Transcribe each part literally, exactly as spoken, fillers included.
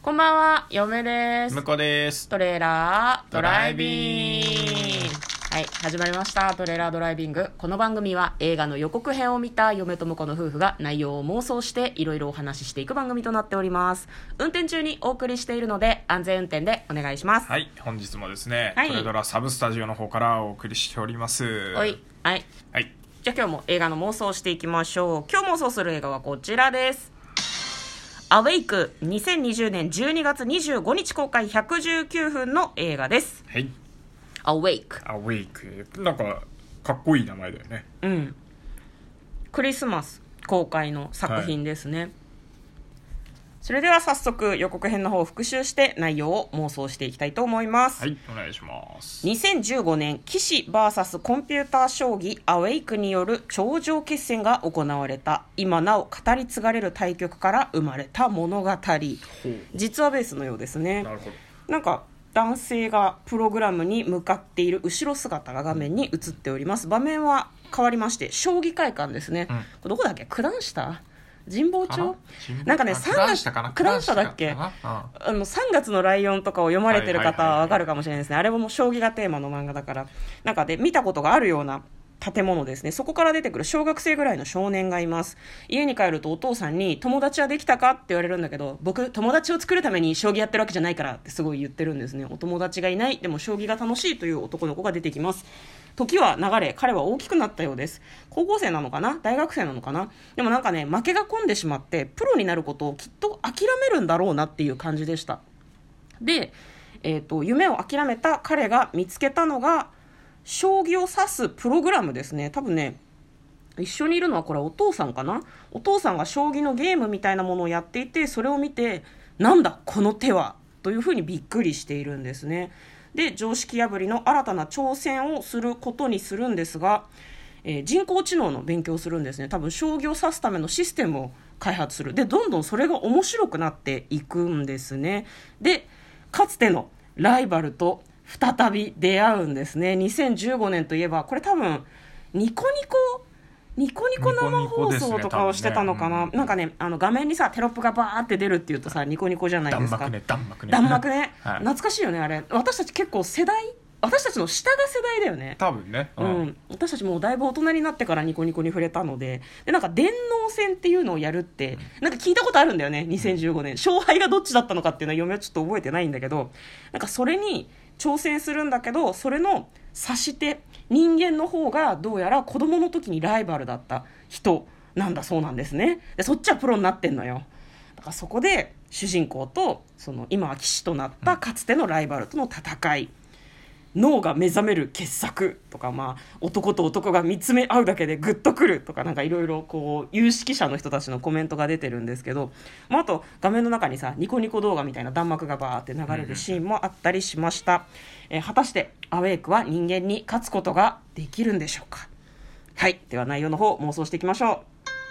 こんばんは、嫁です。 向こうです。 トレーラードライビング。はい、始まりました。トレーラードライビング。この番組は映画の予告編を見た嫁と婿の夫婦が内容を妄想していろいろお話ししていく番組となっております。運転中にお送りしているので安全運転でお願いします。 はい、本日もですね、 はい、 トレドラサブスタジオの方からお送りしております。 はい、はい、 はい、 じゃあ今日も映画の妄想をしていきましょう。今日妄想する映画はこちらです。アウェイク、にせんにじゅうねんじゅうにがつにじゅうごにち公開ひゃくじゅうきゅうふんの映画です。 はい、 アウェイク。 アウェイク、なんかかっこいい名前だよね。 うん。クリスマス公開の作品ですね。はい、それでは早速予告編の方を復習して内容を妄想していきたいと思います。 はい、お願いします。 にせんじゅうごねん棋士 ブイエス コンピューター将棋アウェイクによる頂上決戦が行われた。今なお語り継がれる対局から生まれた物語。実話ベースのようですね。 なるほど。 なんか男性がプログラムに向かっている後ろ姿が画面に映っております。場面は変わりまして将棋会館ですね。うん、これどこだっけ？九段下？神保町なんかね、さんがつ九段下だっけ？あのさんがつのライオンとかを読まれてる方はわかるかもしれないですね。あれももう将棋がテーマの漫画だから、なんかで見たことがあるような建物ですね。そこから出てくる小学生ぐらいの少年がいます。家に帰るとお父さんに友達はできたかって言われるんだけど、僕友達を作るために将棋やってるわけじゃないからってすごい言ってるんですね。お友達がいない、でも将棋が楽しいという男の子が出てきます。時は流れ、彼は大きくなったようです。高校生なのかな、大学生なのかな。でもなんかね、負けが込んでしまってプロになることをきっと諦めるんだろうなっていう感じでした。で、えーと、夢を諦めた彼が見つけたのが将棋を指すプログラムですね。多分ね、一緒にいるのはこれお父さんかな。お父さんが将棋のゲームみたいなものをやっていて、それを見てなんだこの手はというふうにびっくりしているんですね。で、常識破りの新たな挑戦をすることにするんですが、えー、人工知能の勉強をするんですね。多分将棋を指すためのシステムを開発する。で、どんどんそれが面白くなっていくんですね。で、かつてのライバルと再び出会うんですね。にせんじゅうごねんといえばこれ多分ニコニコニコニコ生放送とかをしてたのかな。ニコニコですね、なんかね、あの画面にさテロップがバーって出るっていうとさ、ニコニコじゃないですか。 弾幕ね、弾幕ね、 弾幕ね、 はい、 懐かしいよね。あれ私たち結構世代、私たちの下が世代だよね多分ね、 うんうん、私たちもうだいぶ大人になってからニコニコに触れたので、でなんか電脳戦っていうのをやるってなんか聞いたことあるんだよね。にせんじゅうごねん勝敗がどっちだったのかっていうのは嫁はちょっと覚えてないんだけど、なんかそれに挑戦するんだけど、それの指し手、人間の方がどうやら子供の時にライバルだった人なんだそうなんですね。でそっちはプロになってんのよ。だからそこで主人公とその今は棋士となったかつてのライバルとの戦い、脳が目覚める傑作とか、まあ、男と男が見つめ合うだけでグッとくるとか、なんかいろいろこう有識者の人たちのコメントが出てるんですけど、まあ、あと画面の中にさニコニコ動画みたいな弾幕がバーって流れるシーンもあったりしました。えー、果たしてアウェイクは人間に勝つことができるんでしょうか。はい、では内容の方妄想していきましょう。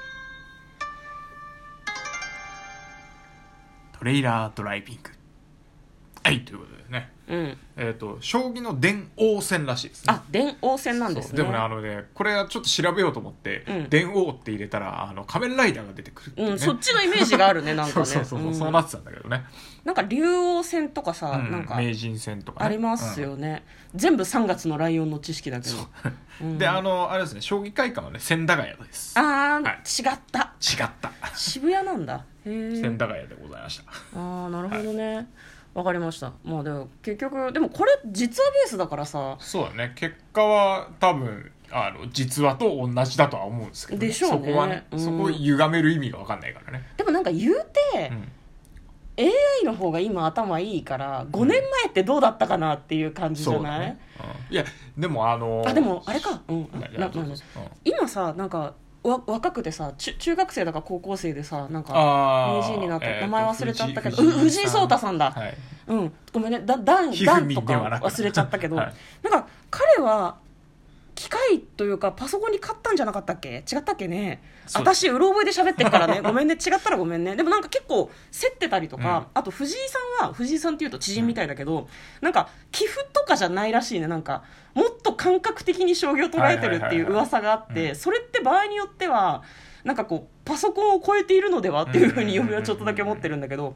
トレイラードライビング。はい、ということでね、 うん、 えーと、将棋の電王戦らしいですね。 あ、電王戦なんですね。 でもね、あのね、これはちょっと調べようと思って、うん、電王って入れたらあの仮面ライダーが出てくるっていうね、 うん、そっちのイメージがあるね。なんかねそうそうそう、うん、そうなってたんだけどね。 なんか竜王戦とかさ、うん、なんか名人戦とか、ね、 ありますよね、うん、全部さんがつのライオンの知識だけど、 うん、で、あのあれですね、将棋会館はね千駄ヶ谷です。 あー、 はい、 違った違った渋谷なんだ。へー、 千駄ヶ谷でございました。 あー、なるほどね、はい、わかりました。まあでも結局でもこれ実話ベースだからさ、 そうだね、結果は多分あの実話と同じだとは思うんですけど、ね、 でしょうね。 そこはね、うん、そこを歪める意味が分かんないからね。 でもなんか言うて、うん、エーアイ の方が今頭いいからごねんまえってどうだったかなっていう感じじゃない？ ね、うん、いやでもあのー、 あでもあれか、うん、ななな今さなんかわ若くてさ、中中学生だか高校生でさ、なんか名人になった、名前忘れちゃったけど、藤井藤井聡太さんだ、はい、うん、ごめんね、だダンダンとか忘れちゃったけど、はい、なんか彼は機械というかパソコンに勝ったんじゃなかったっけ？違ったっけね。私うろ覚えで喋ってるからね、ごめんね、違ったらごめんね。でもなんか結構競ってたりとか、うん、あと藤井さんは藤井さんっていうと知人みたいだけど、うん、なんか寄付とかじゃないらしいね。なんかもっと感覚的に将棋を捉えてるっていう噂があって、それって場合によってはなんかこうパソコンを超えているのではっていうふうに嫁はちょっとだけ思ってるんだけど、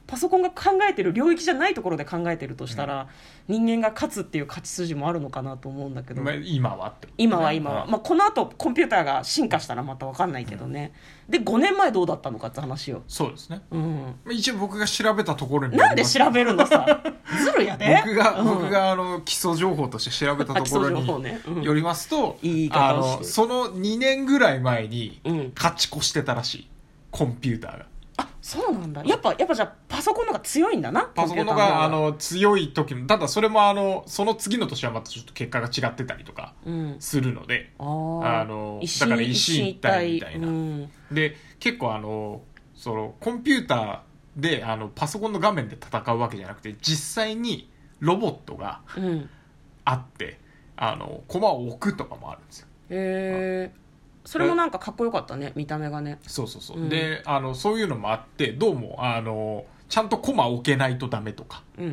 パソコンが考えてる領域じゃないところで考えてるとしたら、うん、人間が勝つっていう勝ち筋もあるのかなと思うんだけど、 まあ、今はって、ね、 今は今は、まあ、この後コンピューターが進化したらまた分かんないけどね、うん、でごねんまえどうだったのかって話を。 そうですね、 うん、 一応僕が調べたところになんで調べるのさずるやで僕が、 うん、 僕があの基礎情報として調べたところに、ねうん、よりますと、 いいあのそのにねんぐらい前に勝ち越してたらしい、コンピューターが。 あ、そうなんだ。やっぱやっぱじゃあパソコンの方が強いんだな。 パソコンの方があの強い時も、ただそれもあのその次の年はまたちょっと結果が違ってたりとかするので、うん、ああのだから一進一退みたいな、うん、で結構あのそのコンピューターであのパソコンの画面で戦うわけじゃなくて、実際にロボットがあって、うん、あの駒を置くとかもあるんですよ。 へー、それもなんかかっこよかったね、見た目がね。 そうそうそう、うん、であのそういうのもあって、どうもあのちゃんとコマ置けないとダメとか、 うんうんうん、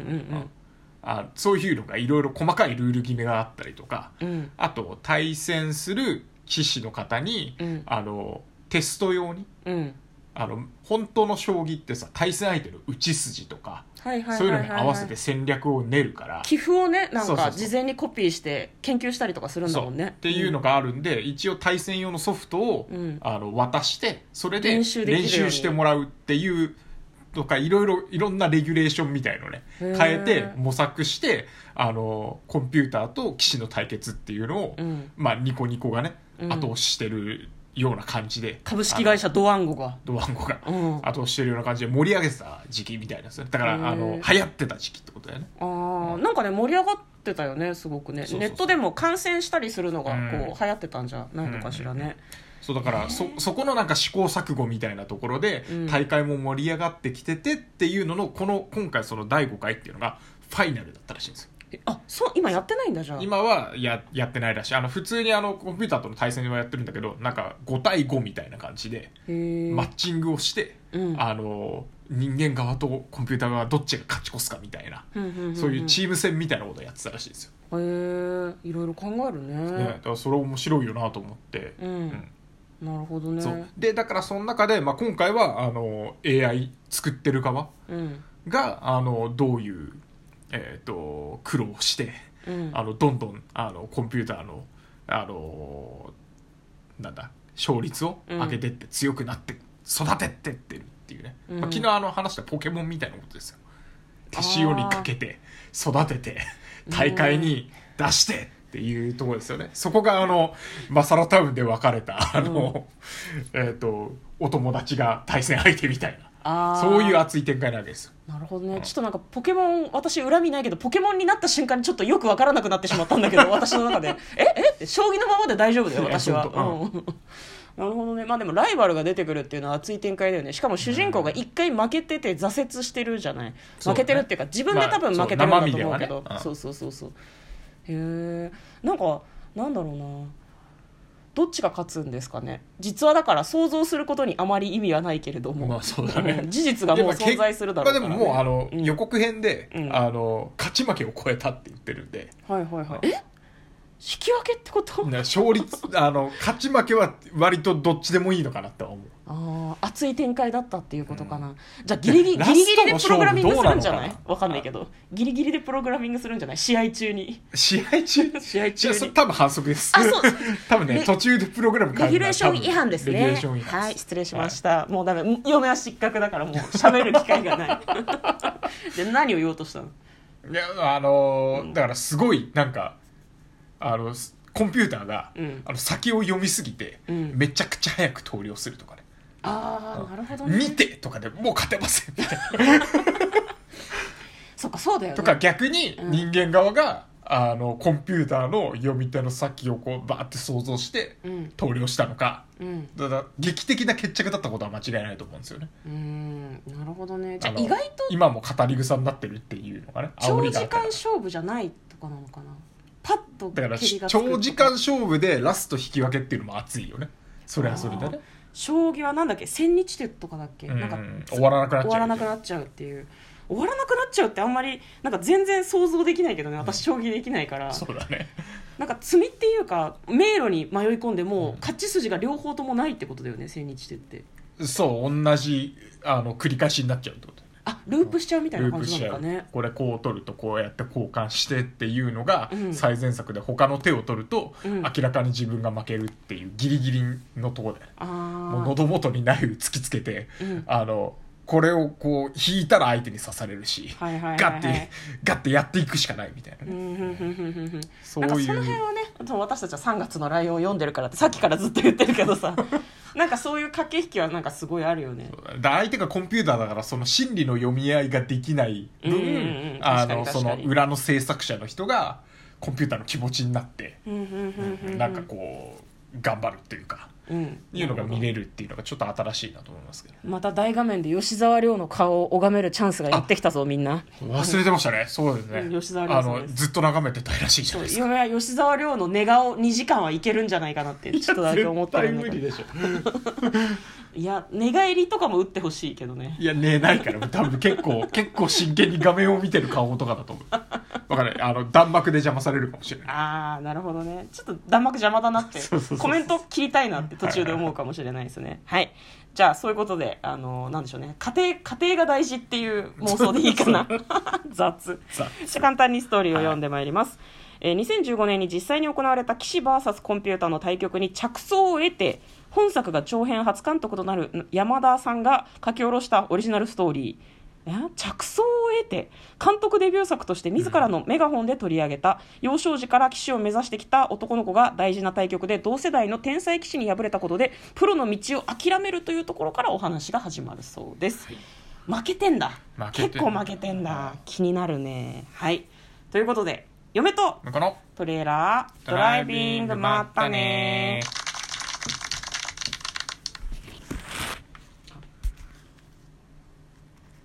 あそういうのがいろいろ細かいルール決めがあったりとか、 うん、 あと対戦する棋士の方に、うん、あのテスト用に、うん、あの本当の将棋ってさ、対戦相手の打ち筋とか、はいはいはいはいはい、そういうのに合わせて戦略を練るから、 棋譜をね、なんか事前にコピーして研究したりとかするんだもんね。 っていうのがあるんで、うん、一応対戦用のソフトを、うん、あの渡して、それで練習してもらうっていうとか、いろいろいろんなレギュレーションみたいのね変えて模索して、あのコンピューターと棋士の対決っていうのを、うん、まあニコニコがね、うん、後押ししてるような感じで、 株式会社ドワンゴがドワンゴが後押ししてるような感じで盛り上げてた時期みたいなですね。だからあの流行ってた時期ってことだよね。 あ、うん、なんかね盛り上がってたよね、すごくね。そうそうそう、ネットでも観戦したりするのがこう、うん、流行ってたんじゃないのかしらね、うんうん、 そうだからそ、そこのなんか試行錯誤みたいなところで、うん、大会も盛り上がってきててっていうのの、この今回そのだいごかいっていうのがファイナルだったらしいんですよ。 あ、そう、今やってないんだ。じゃあ今は や, やってないらしい。あの普通にあのコンピューターとの対戦はやってるんだけど、なんかごたいごみたいな感じでマッチングをして、うん、あの人間側とコンピューター側どっちが勝ち越すかみたいな、うんうんうんうん、そういうチーム戦みたいなことをやってたらしいですよ。 へえ、いろいろ考える ね, ねだからそれ面白いよなと思って、 うんうん、なるほどね。 そうで、だからその中で、まあ、今回はあの エーアイ 作ってる側が、うん、あのどういうえー、と苦労して、うん、あのどんどんあのコンピューターの、あのなんだ勝率を上げてって強くなって、うん、育てってってるっていうね、うん、まあ、昨日あの話したポケモンみたいなことですよ。手塩にかけて育てて大会に出してっていうところですよね。そこがあのマサラタウンで別れたあの、うん、えー、とお友達が対戦相手みたいな、あ、そういう熱い展開なわけですよ。 なるほどね、うん、ちょっとなんかポケモン、私恨みないけどポケモンになった瞬間にちょっとよく分からなくなってしまったんだけど私の中でええって将棋のままで大丈夫だよ私は、うん、なるほどね。まあでもライバルが出てくるっていうのは熱い展開だよね。しかも主人公が一回負けてて挫折してるじゃない、負けてるっていうか自分で多分負けてるんだと思うけど、まあね、うん、そうそうそうそう、へえ、なんかなんだろうな、どっちが勝つんですかね。実はだから想像することにあまり意味はないけれども、 まあそうだね、 事実がもう存在するだろうからね。 まあ、でももうあの、うん、予告編で、うん、あの勝ち負けを超えたって言ってるんで、 はいはいはい、え引き分けってこと？ 勝率あの勝ち負けは割とどっちでもいいのかなって思う。 あ、熱い展開だったっていうことかな、うん、じゃあギリギリギリギリでプログラミングするんじゃない？わかんないけどギリギリでプログラミングするんじゃない？試合中に試合中試合中に多分反則です。 あ、そう多分ね途中でプログラム変えるレギュレーション違反ですね。 レギュレーション違反、 はい、失礼しました、はい、もうダメ、嫁は失格だからもう喋る機会がないで何を言おうとしたの？ いやあのーうん、だからすごいなんかあのコンピューターが、うん、あの先を読みすぎて、うん、めちゃくちゃ早く投了するとかね。 ああ、なるほどね。 見てとかでもう勝てませんみたいなそっか、そうだよね。 とか逆に人間側が、うん、あのコンピューターの読み手の先をこうバーって想像して投了したのか、うん、だから劇的な決着だったことは間違いないと思うんですよね。 うーん、なるほどね。じゃあ意外と今も語り草になってるっていうのがね、 長時間勝負じゃないとかなのかな。パッとだから長時間勝負でラスト引き分けっていうのも熱いよね。それはそれでね。 将棋はなんだっけ、千日手とかだっけ、 うん、 なんか終わらなくなっちゃう終わらなくなっちゃうっていう、終わらなくなっちゃうってあんまりなんか全然想像できないけどね、私将棋できないから、うん、 そうだね。 なんか詰みっていうか迷路に迷い込んでも、うん、勝ち筋が両方ともないってことだよね、千日手って。 そう、同じあの繰り返しになっちゃうってことだね。 あループしちゃうみたいな感じなのかね。 これこう取るとこうやって交換してっていうのが、 うん、 最善策で他の手を取ると、うん、明らかに自分が負けるっていうギリギリのところで、あもう喉元にナイフ突きつけて、うん、あのこれをこう引いたら相手に刺されるし、はいはいはいはい、ガッてガッてやっていくしかないみたいな、ね、うんそういうなんかその辺はね、私たちはさんがつのライオンを読んでるからってさっきからずっと言ってるけどさなんかそういう駆け引きはなんかすごいあるよね。 だ相手がコンピューターだからその心理の読み合いができない分、うんうんうん、あのその裏の制作者の人がコンピューターの気持ちになって、うんうんうんうん、なんかこう頑張るっていうか、うん、いうのが見れるっていうのがちょっと新しいなと思いますけど、 また大画面で吉沢亮の顔を拝めるチャンスがやってきたぞみんな。 忘れてましたね。そうですね、うん、吉沢亮さんです。あのずっと眺めてたいらしいじゃないですか。 嫁は吉沢亮の寝顔にじかんはいけるんじゃないかなってちょっとだけ思ってるんだけど。絶対無理でしょいや寝返りとかも打ってほしいけどね。 いや寝ないから多分結構結構真剣に画面を見てる顔とかだと思う。わかんない、あの弾幕で邪魔されるかもしれない。 ああなるほどね。ちょっと弾幕邪魔だなってそうそうそうそうコメント切りたいなって途中で思うかもしれないですね。はい、じゃあそういうことであのなんでしょうね、家庭家庭が大事っていう妄想でいいかな雑雑簡単にストーリーを読んでまいります、はい。えー、にせんじゅうごねんに実際に行われた棋士 ブイエス コンピューターの対局に着想を得て本作が長編初監督となる山田さんが書き下ろしたオリジナルストーリー、着想を得て監督デビュー作として自らのメガホンで取り上げた、幼少時から棋士を目指してきた男の子が大事な対局で同世代の天才棋士に敗れたことでプロの道を諦めるというところからお話が始まるそうです、はい、負けてんだ負けてん結構負けてんだ気になるね。はいということで嫁とトレーラードライビングまったね。